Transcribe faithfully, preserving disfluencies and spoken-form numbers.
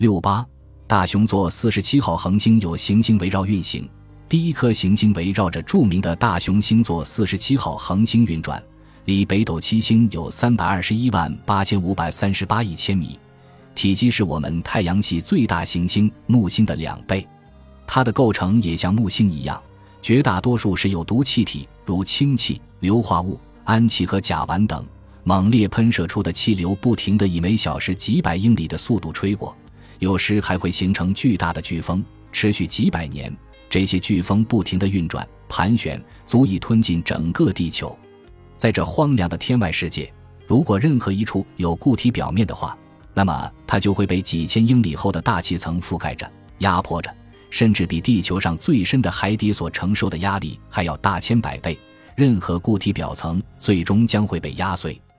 六八，大熊座四十七号恒星有行星围绕运行，第一颗行星围绕着著名的大熊星座四十七号恒星运转，离北斗七星有三百二十一万八千五百三十八亿千米，体积是我们太阳系最大行星木星的两倍。它的构成也像木星一样，绝大多数是有毒气体，如氢气、硫化物、氨气和甲烷等，猛烈喷射出的气流不停地以每小时几百英里的速度吹过，有时还会形成巨大的飓风，持续几百年。这些飓风不停地运转盘旋，足以吞进整个地球。在这荒凉的天外世界，如果任何一处有固体表面的话，那么它就会被几千英里厚的大气层覆盖着，压迫着，甚至比地球上最深的海底所承受的压力还要大千百倍。任何固体表层最终将会被压碎。